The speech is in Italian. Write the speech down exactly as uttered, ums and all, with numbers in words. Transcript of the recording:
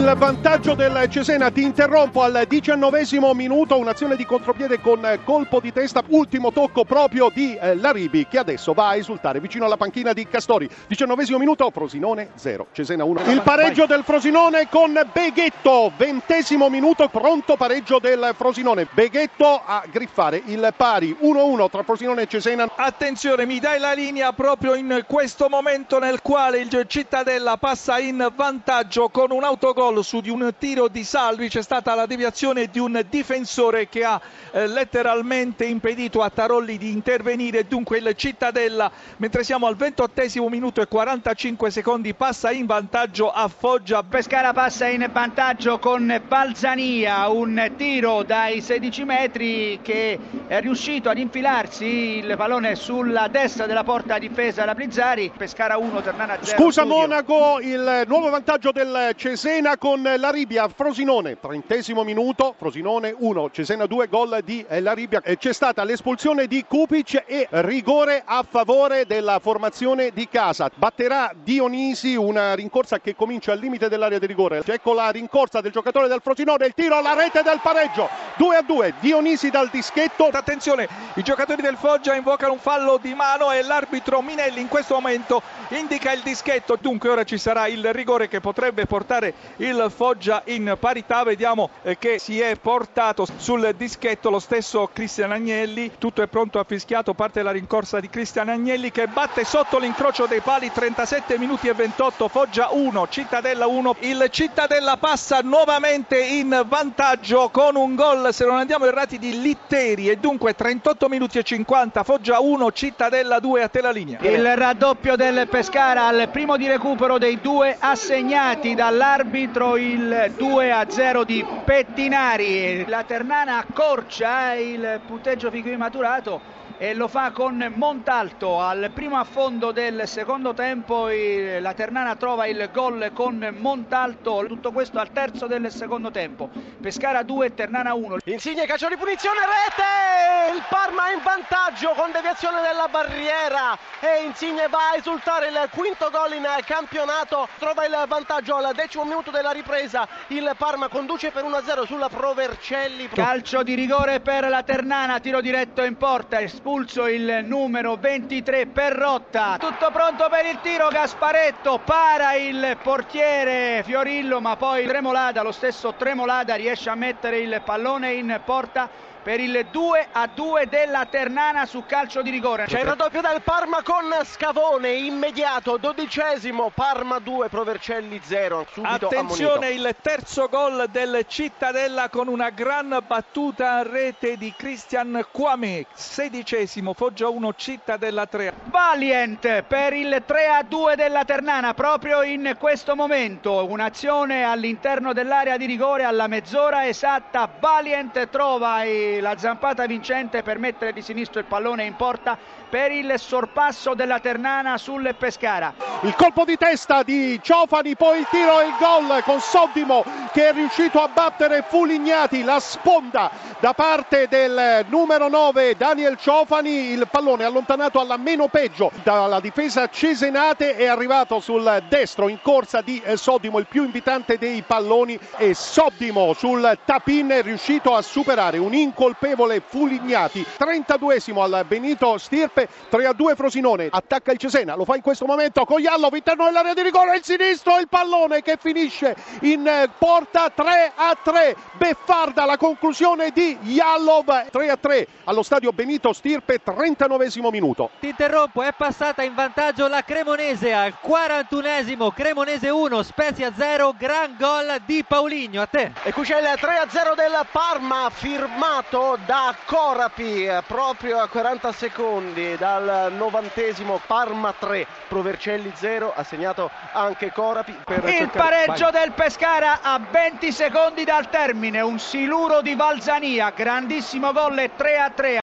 Il vantaggio del Cesena, ti interrompo al diciannovesimo minuto, un'azione di contropiede con colpo di testa, ultimo tocco proprio di eh, Laribi, che adesso va a esultare vicino alla panchina di Castori. diciannovesimo minuto, Frosinone zero, Cesena uno. Il pareggio del Frosinone con Beghetto, ventesimo minuto, pronto pareggio del Frosinone. Beghetto a griffare il pari, uno a uno tra Frosinone e Cesena. Attenzione, mi dai la linea proprio in questo momento nel quale il Cittadella passa in vantaggio con un autogol su di un tiro di Salvi. C'è stata la deviazione di un difensore che ha eh, letteralmente impedito a Tarolli di intervenire. Dunque il Cittadella, mentre siamo al ventottesimo minuto e quarantacinque secondi, passa in vantaggio a Foggia. Pescara passa in vantaggio con Balzania, un tiro dai sedici metri che è riuscito ad infilarsi il pallone sulla destra della porta difesa da Blizzari. Pescara uno, Ternana zero. Scusa studio. Monaco, il nuovo vantaggio del Cesena con Laribia. Frosinone, trentesimo minuto, Frosinone uno, Cesena due, gol di Laribia. C'è stata l'espulsione di Kupic e rigore a favore della formazione di casa. Batterà Dionisi, una rincorsa che comincia al limite dell'area di rigore. Ecco la rincorsa del giocatore del Frosinone, il tiro alla rete del pareggio, due a due, Dionisi dal dischetto. Attenzione, i giocatori del Foggia invocano un fallo di mano e l'arbitro Minelli in questo momento indica il dischetto. Dunque ora ci sarà il rigore che potrebbe portare il Foggia in parità. Vediamo eh, che si è portato sul dischetto lo stesso Cristian Agnelli. Tutto è pronto, affischiato, parte la rincorsa di Cristian Agnelli che batte sotto l'incrocio dei pali. Trentasette minuti e ventotto, Foggia uno, Cittadella uno. Il Cittadella passa nuovamente in vantaggio con un gol, se non andiamo errati, di Litteri, e dunque trentotto minuti e cinquanta, Foggia uno, Cittadella due. A te la linea. Il raddoppio del Pescara al primo di recupero dei due assegnati dall'arbitro, il due a zero di Pettinari. La Ternana accorcia il punteggio fin qui maturato e lo fa con Montalto al primo affondo del secondo tempo. La Ternana trova il gol con Montalto, tutto questo al terzo del secondo tempo. Pescara due, Ternana uno. Insigne, calcio di punizione, rete! Il Parma in vantaggio con deviazione della barriera e Insigne va a esultare, il quinto gol in campionato, trova il vantaggio al decimo minuto della ripresa. Il Parma conduce per uno a zero sulla Provercelli. Calcio di rigore per la Ternana, tiro diretto in porta, espulso il numero ventitré Perrotta. Tutto pronto per il tiro, Gasparetto, para il portiere Fiorillo, ma poi Tremolada, lo stesso Tremolada riesce a mettere il pallone in porta per il due a due della Ternana su calcio di rigore. C'è il raddoppio del Parma con Scavone, immediato, dodicesimo, Parma due, Provercelli zero. Attenzione, ammonito. Il terzo gol del Cittadella con una gran battuta a rete di Christian Kwame, sedicesimo, Foggia uno, Cittadella tre. Valiant per il tre a due della Ternana proprio in questo momento, un'azione all'interno dell'area di rigore alla mezz'ora esatta. Valiant trova il la zampata vincente per mettere di sinistro il pallone in porta per il sorpasso della Ternana sul Pescara. Il colpo di testa di Ciofani, poi il tiro e il gol con Soddimo che è riuscito a battere Fulignati, la sponda da parte del numero nove Daniel Ciofani. Il pallone allontanato alla meno peggio dalla difesa cesenate, è arrivato sul destro in corsa di Soddimo, il più invitante dei palloni, e Soddimo sul tap-in è riuscito a superare un incolpevole Fulignati. trentaduesimo al Benito Stirpe, tre a due Frosinone. Attacca il Cesena, lo fa in questo momento con Jallov interno dell'area di rigore, il sinistro, il pallone che finisce in porta. Tre a tre, beffarda la conclusione di Jallov. Tre a tre allo stadio Benito Stirpe, trentanovesimo minuto. Ti interrompo, è passata in vantaggio la Cremonese al quarantunesimo, Cremonese uno, Spezia zero, gran gol di Paulinho. A te. E qui c'è il tre a zero del Parma, firmato da Corapi proprio a quaranta secondi dal novantesimo. Parma tre, Provercelli zero, ha segnato anche Corapi per il cercare... pareggio Vai. del Pescara a venti secondi dal termine, un siluro di Valzania, grandissimo gol, tre a tre.